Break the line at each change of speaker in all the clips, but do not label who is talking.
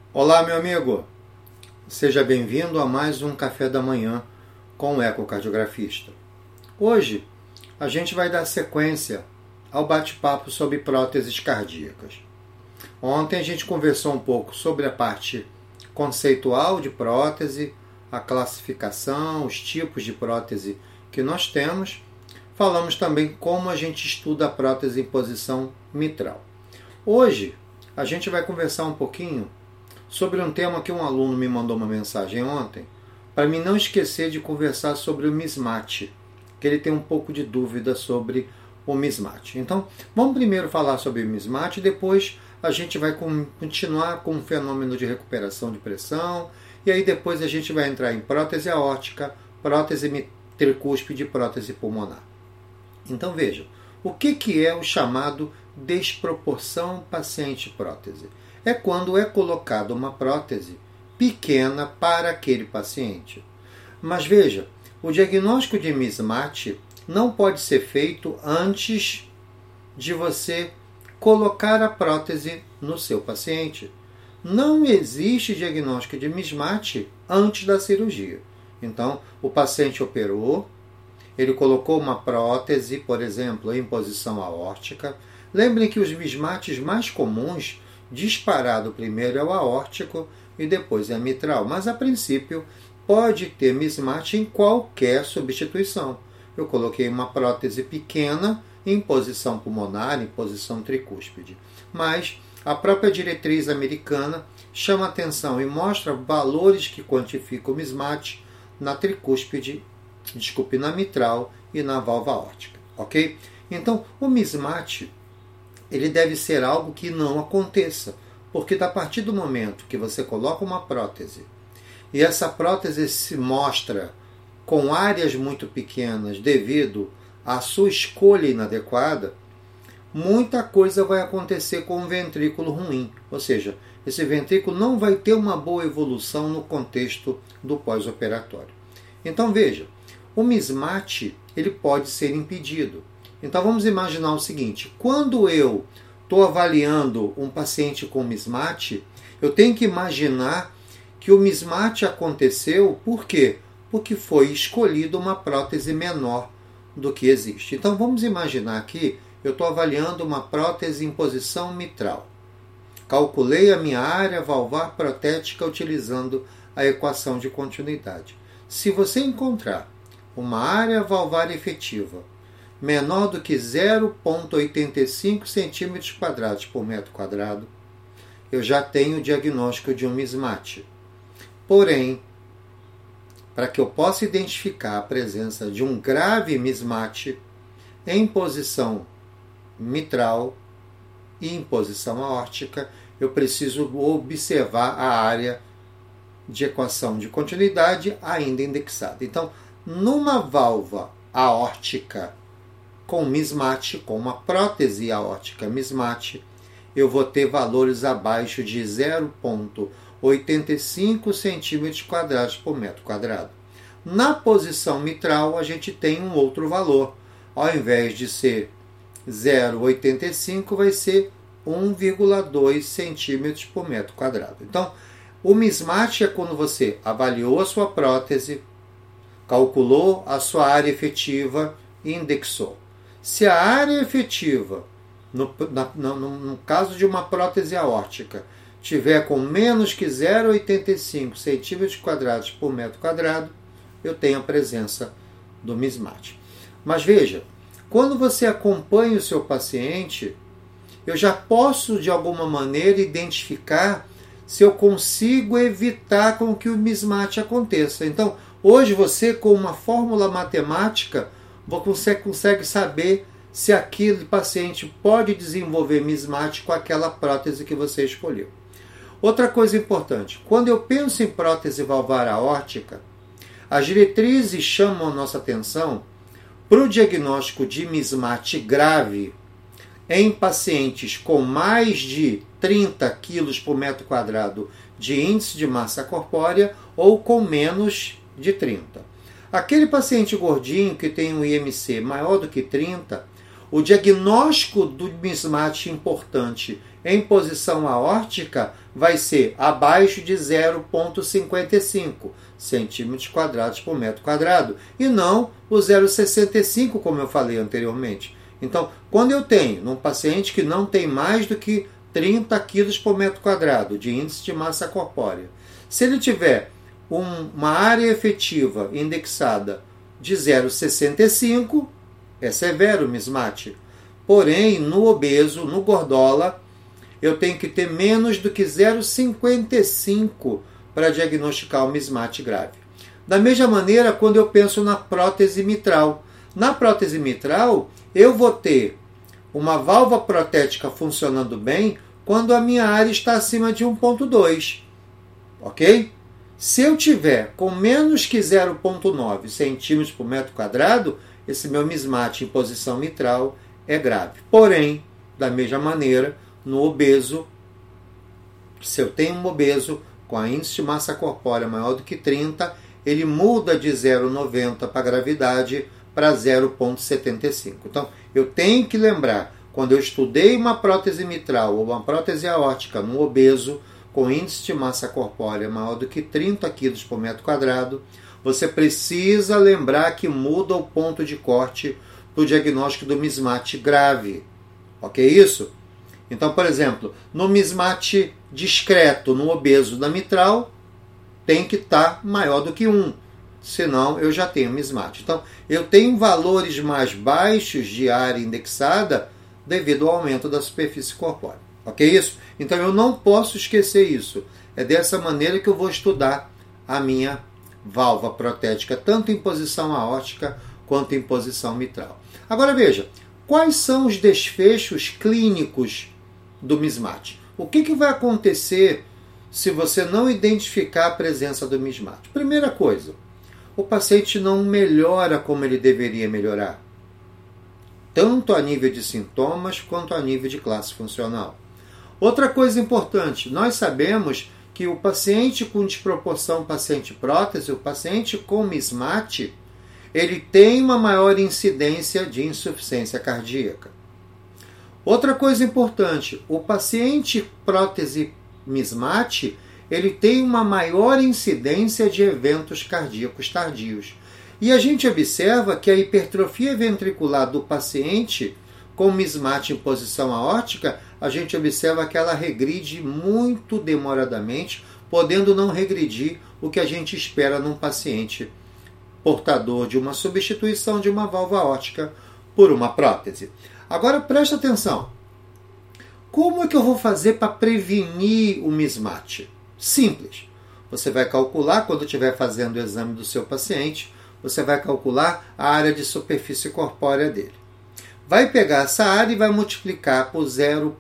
Olá, meu amigo! Seja bem-vindo a mais um Café da Manhã com o ecocardiografista. Hoje, a gente vai dar sequência ao bate-papo sobre próteses cardíacas. Ontem a gente conversou um pouco sobre a parte conceitual de prótese, a classificação, os tipos de prótese que nós temos. Falamos também como a gente estuda a prótese em posição mitral. Hoje, a gente vai conversar um pouquinho sobre um tema que um aluno me mandou uma mensagem ontem, para mim não esquecer de conversar sobre o mismatch, que ele tem um pouco de dúvida sobre o mismatch. Então, vamos primeiro falar sobre o mismatch, depois a gente vai continuar com o fenômeno de recuperação de pressão, e aí depois a gente vai entrar em prótese aórtica, prótese tricúspide e prótese pulmonar. Então vejam, o que é o chamado desproporção paciente-prótese? É quando é colocada uma prótese pequena para aquele paciente. Mas veja, o diagnóstico de mismatch não pode ser feito antes de você colocar a prótese no seu paciente. Não existe diagnóstico de mismatch antes da cirurgia. Então, o paciente operou, ele colocou uma prótese, por exemplo, em posição aórtica. Lembrem que os mismatches mais comuns, disparado primeiro é o aórtico e depois é a mitral, mas a princípio pode ter mismatch em qualquer substituição. Eu coloquei uma prótese pequena em posição pulmonar, em posição tricúspide, mas a própria diretriz americana chama atenção e mostra valores que quantificam o mismatch na tricúspide, na mitral e na válvula aórtica, ok? Então, o mismatch ele deve ser algo que não aconteça, porque a partir do momento que você coloca uma prótese e essa prótese se mostra com áreas muito pequenas devido à sua escolha inadequada, muita coisa vai acontecer com um ventrículo ruim, ou seja, esse ventrículo não vai ter uma boa evolução no contexto do pós-operatório. Então veja, o mismatch ele pode ser impedido. Então vamos imaginar o seguinte, quando eu estou avaliando um paciente com mismatch, eu tenho que imaginar que o mismatch aconteceu, por quê? Porque foi escolhida uma prótese menor do que existe. Então vamos imaginar aqui, eu estou avaliando uma prótese em posição mitral. Calculei a minha área valvar protética utilizando a equação de continuidade. Se você encontrar uma área valvar efetiva menor do que 0,85 cm² por metro quadrado, eu já tenho o diagnóstico de um mismatch. Porém, para que eu possa identificar a presença de um grave mismatch em posição mitral e em posição aórtica, eu preciso observar a área de equação de continuidade ainda indexada. Então, numa válvula aórtica com mismatch, com uma prótese aórtica mismatch, eu vou ter valores abaixo de 0,85 cm² por metro quadrado. Na posição mitral, a gente tem um outro valor. Ao invés de ser 0,85, vai ser 1,2 cm por metro quadrado. Então, o mismatch é quando você avaliou a sua prótese, calculou a sua área efetiva e indexou. Se a área efetiva, no caso de uma prótese aórtica, tiver com menos que 0,85 cm² por metro quadrado, eu tenho a presença do mismatch. Mas veja, quando você acompanha o seu paciente, eu já posso de alguma maneira identificar se eu consigo evitar com que o mismatch aconteça. Então, hoje você com uma fórmula matemática, você consegue saber se aquele paciente pode desenvolver mismatch com aquela prótese que você escolheu. Outra coisa importante, quando eu penso em prótese valvar aórtica, as diretrizes chamam a nossa atenção para o diagnóstico de mismatch grave em pacientes com mais de 30 kg por metro quadrado de índice de massa corpórea ou com menos de 30. Aquele paciente gordinho que tem um IMC maior do que 30, o diagnóstico do mismatch importante em posição aórtica vai ser abaixo de 0,55 centímetros quadrados por metro quadrado e não o 0,65, como eu falei anteriormente. Então, quando eu tenho num paciente que não tem mais do que 30 quilos por metro quadrado de índice de massa corpórea, se ele tiver uma área efetiva indexada de 0,65, é severo o mismatch. Porém, no obeso, no gordola, eu tenho que ter menos do que 0,55 para diagnosticar o mismatch grave. Da mesma maneira, quando eu penso na prótese mitral. Na prótese mitral, eu vou ter uma válvula protética funcionando bem quando a minha área está acima de 1,2. Ok? Se eu tiver com menos que 0,9 centímetros por metro quadrado, esse meu mismatch em posição mitral é grave. Porém, da mesma maneira, no obeso, se eu tenho um obeso com a índice de massa corpórea maior do que 30, ele muda de 0,90 para gravidade para 0,75. Então, eu tenho que lembrar, quando eu estudei uma prótese mitral ou uma prótese aórtica no obeso, com índice de massa corpórea maior do que 30 kg por metro quadrado, você precisa lembrar que muda o ponto de corte do diagnóstico do mismatch grave. Ok isso? Então, por exemplo, no mismatch discreto, no obeso da mitral, tem que estar maior do que 1. Senão, eu já tenho mismatch. Então, eu tenho valores mais baixos de área indexada devido ao aumento da superfície corpórea. Ok isso? Então, eu não posso esquecer isso. É dessa maneira que eu vou estudar a minha válvula protética, tanto em posição aórtica quanto em posição mitral. Agora, veja, quais são os desfechos clínicos do mismatch? O que vai acontecer se você não identificar a presença do mismatch? Primeira coisa, o paciente não melhora como ele deveria melhorar, tanto a nível de sintomas quanto a nível de classe funcional. Outra coisa importante, nós sabemos que o paciente com desproporção paciente prótese, o paciente com mismatch, ele tem uma maior incidência de insuficiência cardíaca. Outra coisa importante, o paciente prótese mismatch, ele tem uma maior incidência de eventos cardíacos tardios. E a gente observa que a hipertrofia ventricular do paciente com mismatch em posição aórtica, a gente observa que ela regride muito demoradamente, podendo não regredir o que a gente espera num paciente portador de uma substituição de uma válvula aórtica por uma prótese. Agora presta atenção. Como é que eu vou fazer para prevenir o mismatch? Simples. Você vai calcular, quando estiver fazendo o exame do seu paciente, você vai calcular a área de superfície corpórea dele. Vai pegar essa área e vai multiplicar por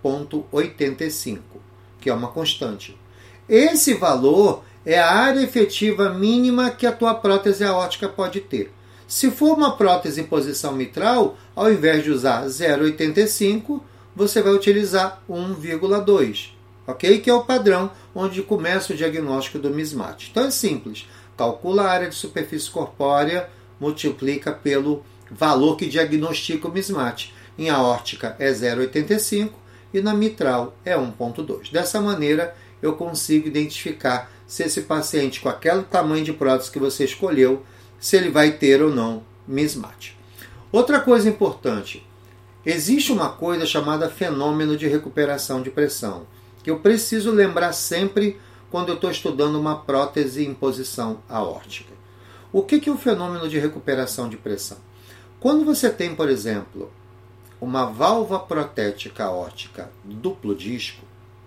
0,85, que é uma constante. Esse valor é a área efetiva mínima que a tua prótese aórtica pode ter. Se for uma prótese em posição mitral, ao invés de usar 0,85, você vai utilizar 1,2, ok? Que é o padrão onde começa o diagnóstico do mismatch. Então é simples. Calcula a área de superfície corpórea, multiplica pelo valor que diagnostica o mismatch. Em aórtica é 0,85 e na mitral é 1,2. Dessa maneira, eu consigo identificar se esse paciente com aquele tamanho de prótese que você escolheu, se ele vai ter ou não mismatch. Outra coisa importante, existe uma coisa chamada fenômeno de recuperação de pressão, que eu preciso lembrar sempre quando eu estou estudando uma prótese em posição aórtica. O que é o fenômeno de recuperação de pressão? Quando você tem, por exemplo, uma válvula protética aórtica duplo disco,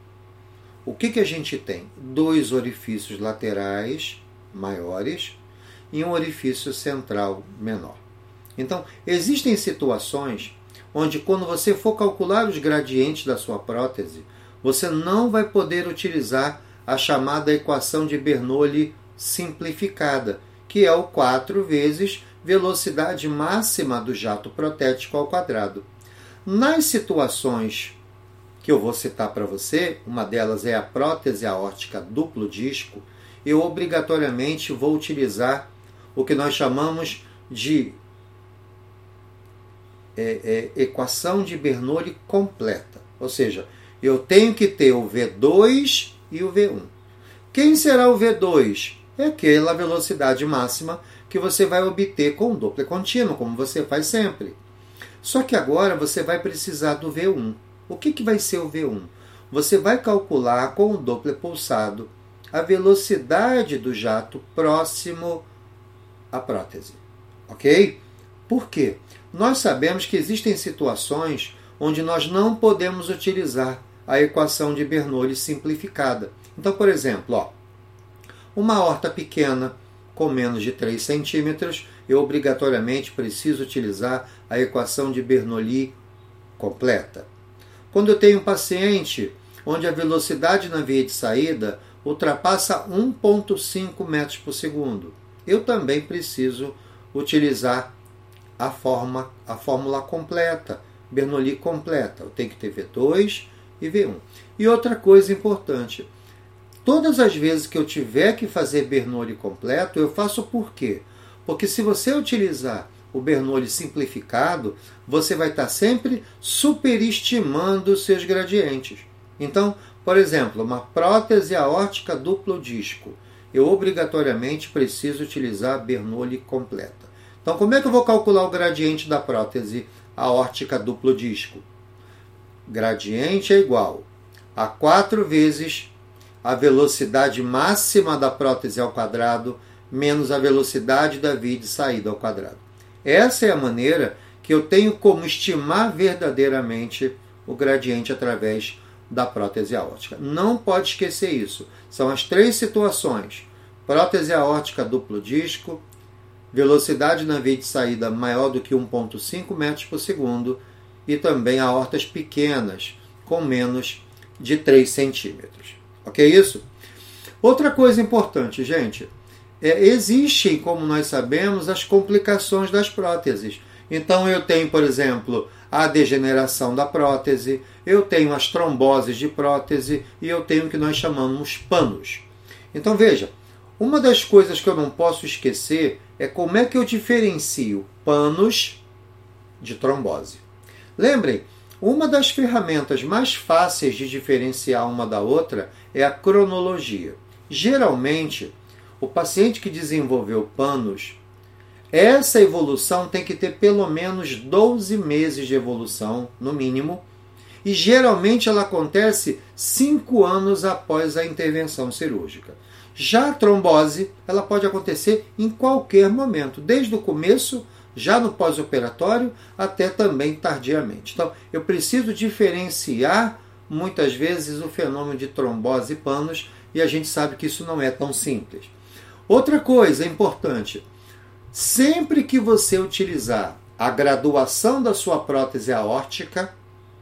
o que a gente tem? 2 orifícios laterais maiores e um orifício central menor. Então, existem situações onde, quando você for calcular os gradientes da sua prótese, você não vai poder utilizar a chamada equação de Bernoulli simplificada, que é o 4 vezes velocidade máxima do jato protético ao quadrado. Nas situações que eu vou citar para você, uma delas é a prótese aórtica duplo disco, eu obrigatoriamente vou utilizar o que nós chamamos de equação de Bernoulli completa. Ou seja, eu tenho que ter o V2 e o V1. Quem será o V2? É aquela velocidade máxima que você vai obter com o Doppler contínuo, como você faz sempre. Só que agora você vai precisar do V1. O que vai ser o V1? Você vai calcular com o Doppler pulsado a velocidade do jato próximo à prótese. Ok? Por quê? Nós sabemos que existem situações onde nós não podemos utilizar a equação de Bernoulli simplificada. Então, por exemplo, uma aorta pequena com menos de 3 centímetros, eu obrigatoriamente preciso utilizar a equação de Bernoulli completa. Quando eu tenho um paciente onde a velocidade na via de saída ultrapassa 1,5 metros por segundo, eu também preciso utilizar a fórmula completa, Bernoulli completa. Eu tenho que ter V2 e V1. E outra coisa importante, todas as vezes que eu tiver que fazer Bernoulli completo, eu faço por quê? Porque se você utilizar o Bernoulli simplificado, você vai estar sempre superestimando os seus gradientes. Então, por exemplo, uma prótese aórtica duplo disco, eu obrigatoriamente preciso utilizar Bernoulli completa. Então, como é que eu vou calcular o gradiente da prótese aórtica duplo disco? Gradiente é igual a 4 vezes a velocidade máxima da prótese ao quadrado menos a velocidade da via de saída ao quadrado. Essa é a maneira que eu tenho como estimar verdadeiramente o gradiente através da prótese aórtica. Não pode esquecer isso. São as 3 situações: prótese aórtica duplo disco, velocidade na via de saída maior do que 1,5 metros por segundo e também aortas pequenas com menos de 3 centímetros. Ok isso? Outra coisa importante, gente, existem, como nós sabemos, as complicações das próteses. Então eu tenho, por exemplo, a degeneração da prótese, eu tenho as tromboses de prótese e eu tenho o que nós chamamos panos. Então veja, uma das coisas que eu não posso esquecer é como é que eu diferencio panos de trombose. Lembrem, uma das ferramentas mais fáceis de diferenciar uma da outra é a cronologia. Geralmente, o paciente que desenvolveu panos, essa evolução tem que ter pelo menos 12 meses de evolução, no mínimo, e geralmente ela acontece 5 anos após a intervenção cirúrgica. Já a trombose, ela pode acontecer em qualquer momento, desde o começo, já no pós-operatório, até também tardiamente. Então, eu preciso diferenciar, muitas vezes, o fenômeno de trombose e panos, e a gente sabe que isso não é tão simples. Outra coisa importante, sempre que você utilizar a graduação da sua prótese aórtica,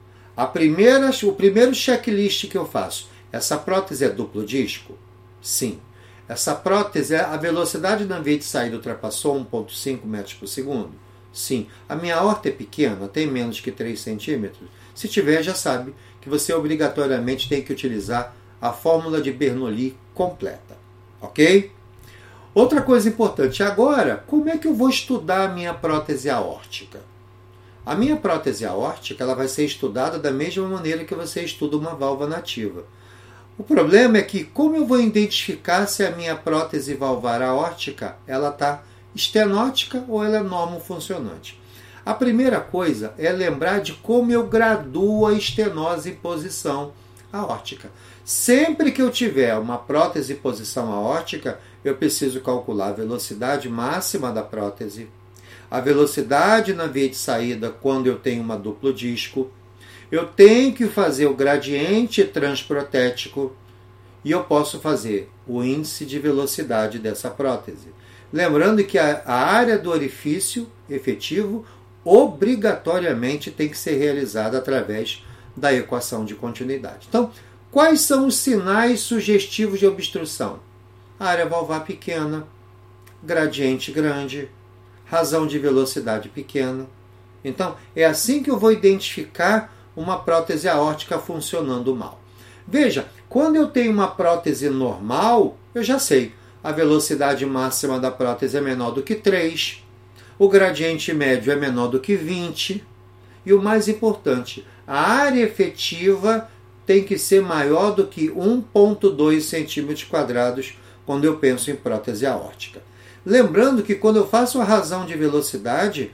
o primeiro checklist que eu faço, essa prótese é duplo disco? Sim. Essa prótese, a velocidade na via de saída ultrapassou 1,5 metros por segundo? Sim. A minha aorta é pequena, tem menos que 3 centímetros? Se tiver, já sabe que você obrigatoriamente tem que utilizar a fórmula de Bernoulli completa. Ok? Outra coisa importante, agora, como é que eu vou estudar a minha prótese aórtica? A minha prótese aórtica ela vai ser estudada da mesma maneira que você estuda uma válvula nativa. O problema é que, como eu vou identificar se a minha prótese valvar aórtica ela está estenótica ou ela é normofuncionante? A primeira coisa é lembrar de como eu graduo a estenose em posição aórtica. Sempre que eu tiver uma prótese em posição aórtica, eu preciso calcular a velocidade máxima da prótese, a velocidade na via de saída quando eu tenho uma duplo disco, eu tenho que fazer o gradiente transprotético e eu posso fazer o índice de velocidade dessa prótese. Lembrando que a área do orifício efetivo obrigatoriamente tem que ser realizada através da equação de continuidade. Então, quais são os sinais sugestivos de obstrução? Área valvar pequena, gradiente grande, razão de velocidade pequena. Então, é assim que eu vou identificar uma prótese aórtica funcionando mal. Veja, quando eu tenho uma prótese normal, eu já sei, a velocidade máxima da prótese é menor do que 3, o gradiente médio é menor do que 20, E o mais importante, a área efetiva tem que ser maior do que 1,2 centímetros quadrados quando eu penso em prótese aórtica. Lembrando que quando eu faço a razão de velocidade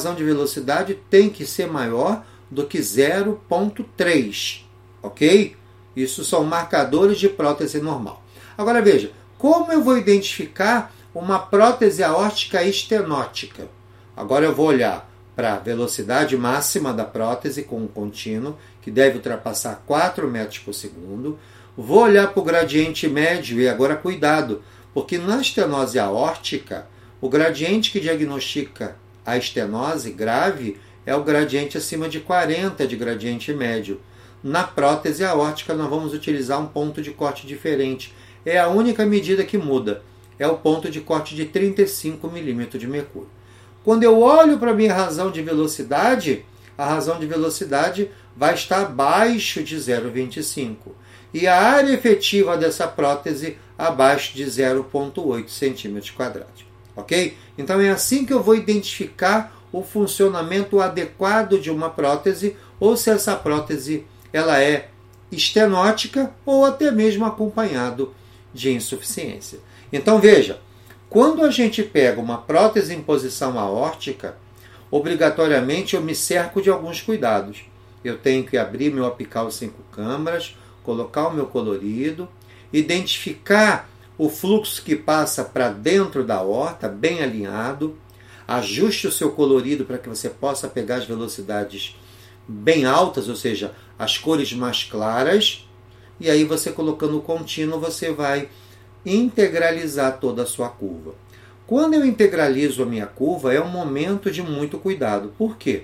tem que ser maior do que 0,3, ok? Isso são marcadores de prótese normal. Agora veja, como eu vou identificar uma prótese aórtica estenótica? Agora eu vou olhar para a velocidade máxima da prótese com o contínuo, que deve ultrapassar 4 metros por segundo. Vou olhar para o gradiente médio e agora cuidado, porque na estenose aórtica, o gradiente que diagnostica a estenose grave é o gradiente acima de 40 de gradiente médio. Na prótese aórtica nós vamos utilizar um ponto de corte diferente. É a única medida que muda. É o ponto de corte de 35 milímetros de mercúrio. Quando eu olho para a minha razão de velocidade, a razão de velocidade vai estar abaixo de 0,25. E a área efetiva dessa prótese abaixo de 0,8 centímetros quadrados. Ok? Então é assim que eu vou identificar o funcionamento adequado de uma prótese, ou se essa prótese ela é estenótica ou até mesmo acompanhado de insuficiência. Então veja, quando a gente pega uma prótese em posição aórtica, obrigatoriamente eu me cerco de alguns cuidados. Eu tenho que abrir meu apical 5 câmaras, colocar o meu colorido, identificar o fluxo que passa para dentro da aorta, bem alinhado, ajuste o seu colorido para que você possa pegar as velocidades bem altas, ou seja, as cores mais claras, e aí você colocando o contínuo, você vai integralizar toda a sua curva. Quando eu integralizo a minha curva, é um momento de muito cuidado. Por quê?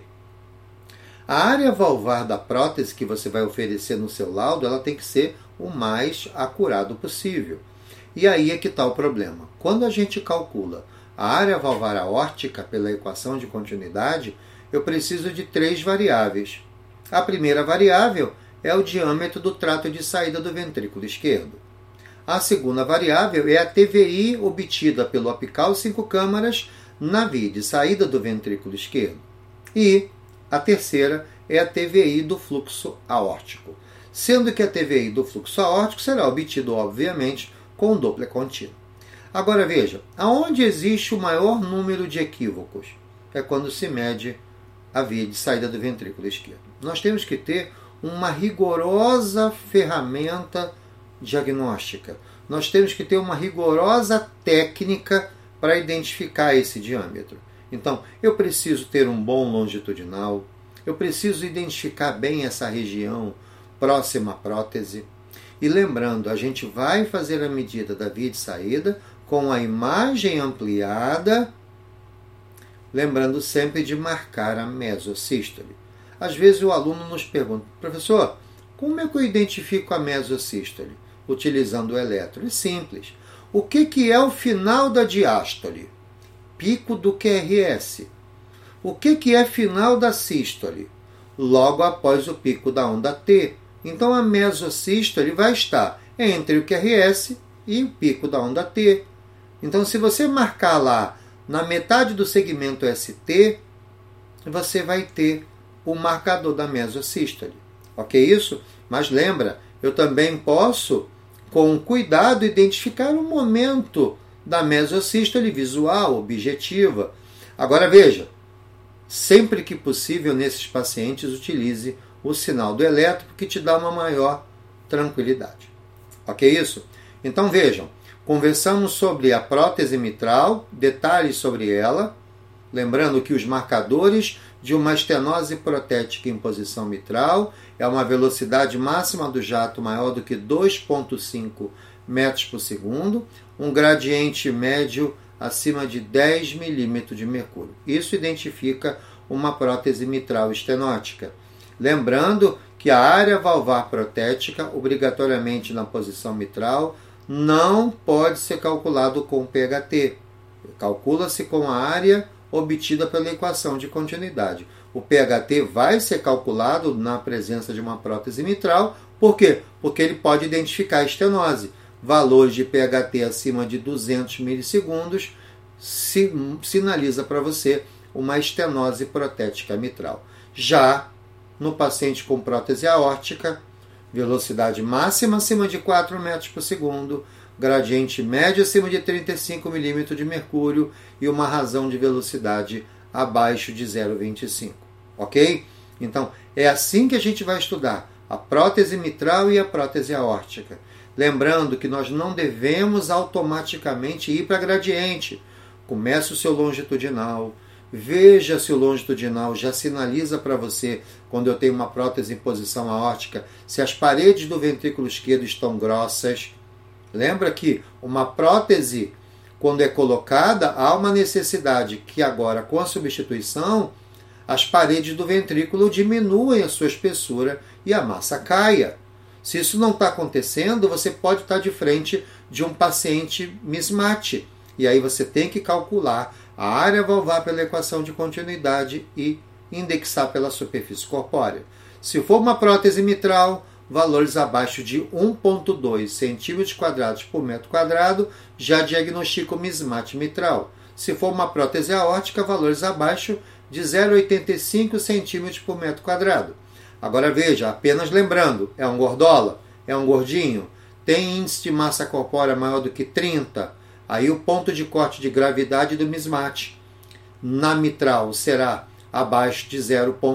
A área valvar da prótese que você vai oferecer no seu laudo, ela tem que ser o mais acurado possível. E aí é que está o problema. Quando a gente calcula a área valvar aórtica pela equação de continuidade, eu preciso de 3 variáveis. A primeira variável é o diâmetro do trato de saída do ventrículo esquerdo. A segunda variável é a TVI obtida pelo apical 5 câmaras na via de saída do ventrículo esquerdo. E a terceira é a TVI do fluxo aórtico, sendo que a TVI do fluxo aórtico será obtido, obviamente, com o Doppler contínuo. Agora veja, aonde existe o maior número de equívocos? É quando se mede a via de saída do ventrículo esquerdo. Nós temos que ter uma rigorosa ferramenta diagnóstica. Nós temos que ter uma rigorosa técnica para identificar esse diâmetro. Então, eu preciso ter um bom longitudinal, eu preciso identificar bem essa região próxima à prótese. E lembrando, a gente vai fazer a medida da via de saída com a imagem ampliada, lembrando sempre de marcar a mesosístole. Às vezes o aluno nos pergunta, professor, como é que eu identifico a mesosístole? Utilizando o eletro. É simples. O que é o final da diástole? Pico do QRS. O que é final da sístole? Logo após o pico da onda T. Então a mesosístole vai estar entre o QRS e o pico da onda T. Então se você marcar lá na metade do segmento ST, você vai ter o marcador da mesosístole. Ok isso? Mas lembra, eu também posso, com cuidado, identificar o momento da mesosístole visual, objetiva. Agora veja, sempre que possível nesses pacientes utilize o sinal do eletro, que te dá uma maior tranquilidade. Ok isso? Então vejam, conversamos sobre a prótese mitral, detalhes sobre ela, lembrando que os marcadores de uma estenose protética em posição mitral é uma velocidade máxima do jato maior do que 2,5 metros por segundo, um gradiente médio acima de 10 milímetros de mercúrio. Isso identifica uma prótese mitral estenótica. Lembrando que a área valvar protética, obrigatoriamente na posição mitral, não pode ser calculado com PHT. Calcula-se com a área obtida pela equação de continuidade. O PHT vai ser calculado na presença de uma prótese mitral. Por quê? Porque ele pode identificar a estenose. Valores de PHT acima de 200 milissegundos sinaliza para você uma estenose protética mitral. Já no paciente com prótese aórtica, velocidade máxima acima de 4 metros por segundo, gradiente médio acima de 35 milímetros de mercúrio e uma razão de velocidade abaixo de 0,25. Ok? Então, é assim que a gente vai estudar a prótese mitral e a prótese aórtica. Lembrando que nós não devemos automaticamente ir para gradiente. Comece o seu longitudinal, veja se o longitudinal já sinaliza para você, quando eu tenho uma prótese em posição aórtica, se as paredes do ventrículo esquerdo estão grossas. Lembra que uma prótese, quando é colocada, há uma necessidade que agora, com a substituição, as paredes do ventrículo diminuem a sua espessura e a massa caia. Se isso não está acontecendo, você pode estar de frente de um paciente mismatch. E aí você tem que calcular a área valvar pela equação de continuidade e indexar pela superfície corpórea. Se for uma prótese mitral, valores abaixo de 1,2 cm² por metro quadrado, já diagnostica o mismatch mitral. Se for uma prótese aórtica, valores abaixo de 0,85 cm por metro quadrado. Agora veja, apenas lembrando, é um gordola? É um gordinho? Tem índice de massa corpórea maior do que 30? Aí o ponto de corte de gravidade do mismatch na mitral será abaixo de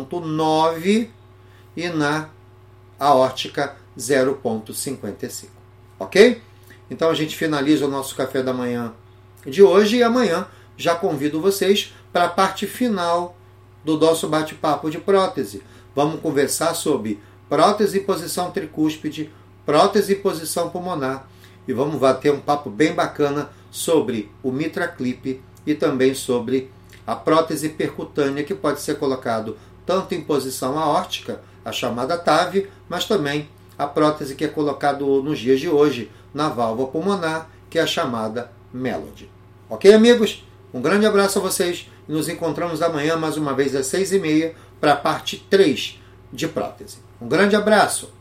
0,9 e na aórtica 0,55. Ok? Então a gente finaliza o nosso café da manhã de hoje e amanhã já convido vocês para a parte final do nosso bate-papo de prótese. Vamos conversar sobre prótese e posição tricúspide, prótese e posição pulmonar e vamos ter um papo bem bacana sobre o MitraClip e também sobre a prótese percutânea que pode ser colocado tanto em posição aórtica, a chamada TAV, mas também a prótese que é colocada nos dias de hoje na válvula pulmonar, que é a chamada Melody. Ok, amigos? Um grande abraço a vocês e nos encontramos amanhã mais uma vez às 6h30 para a parte 3 de prótese. Um grande abraço!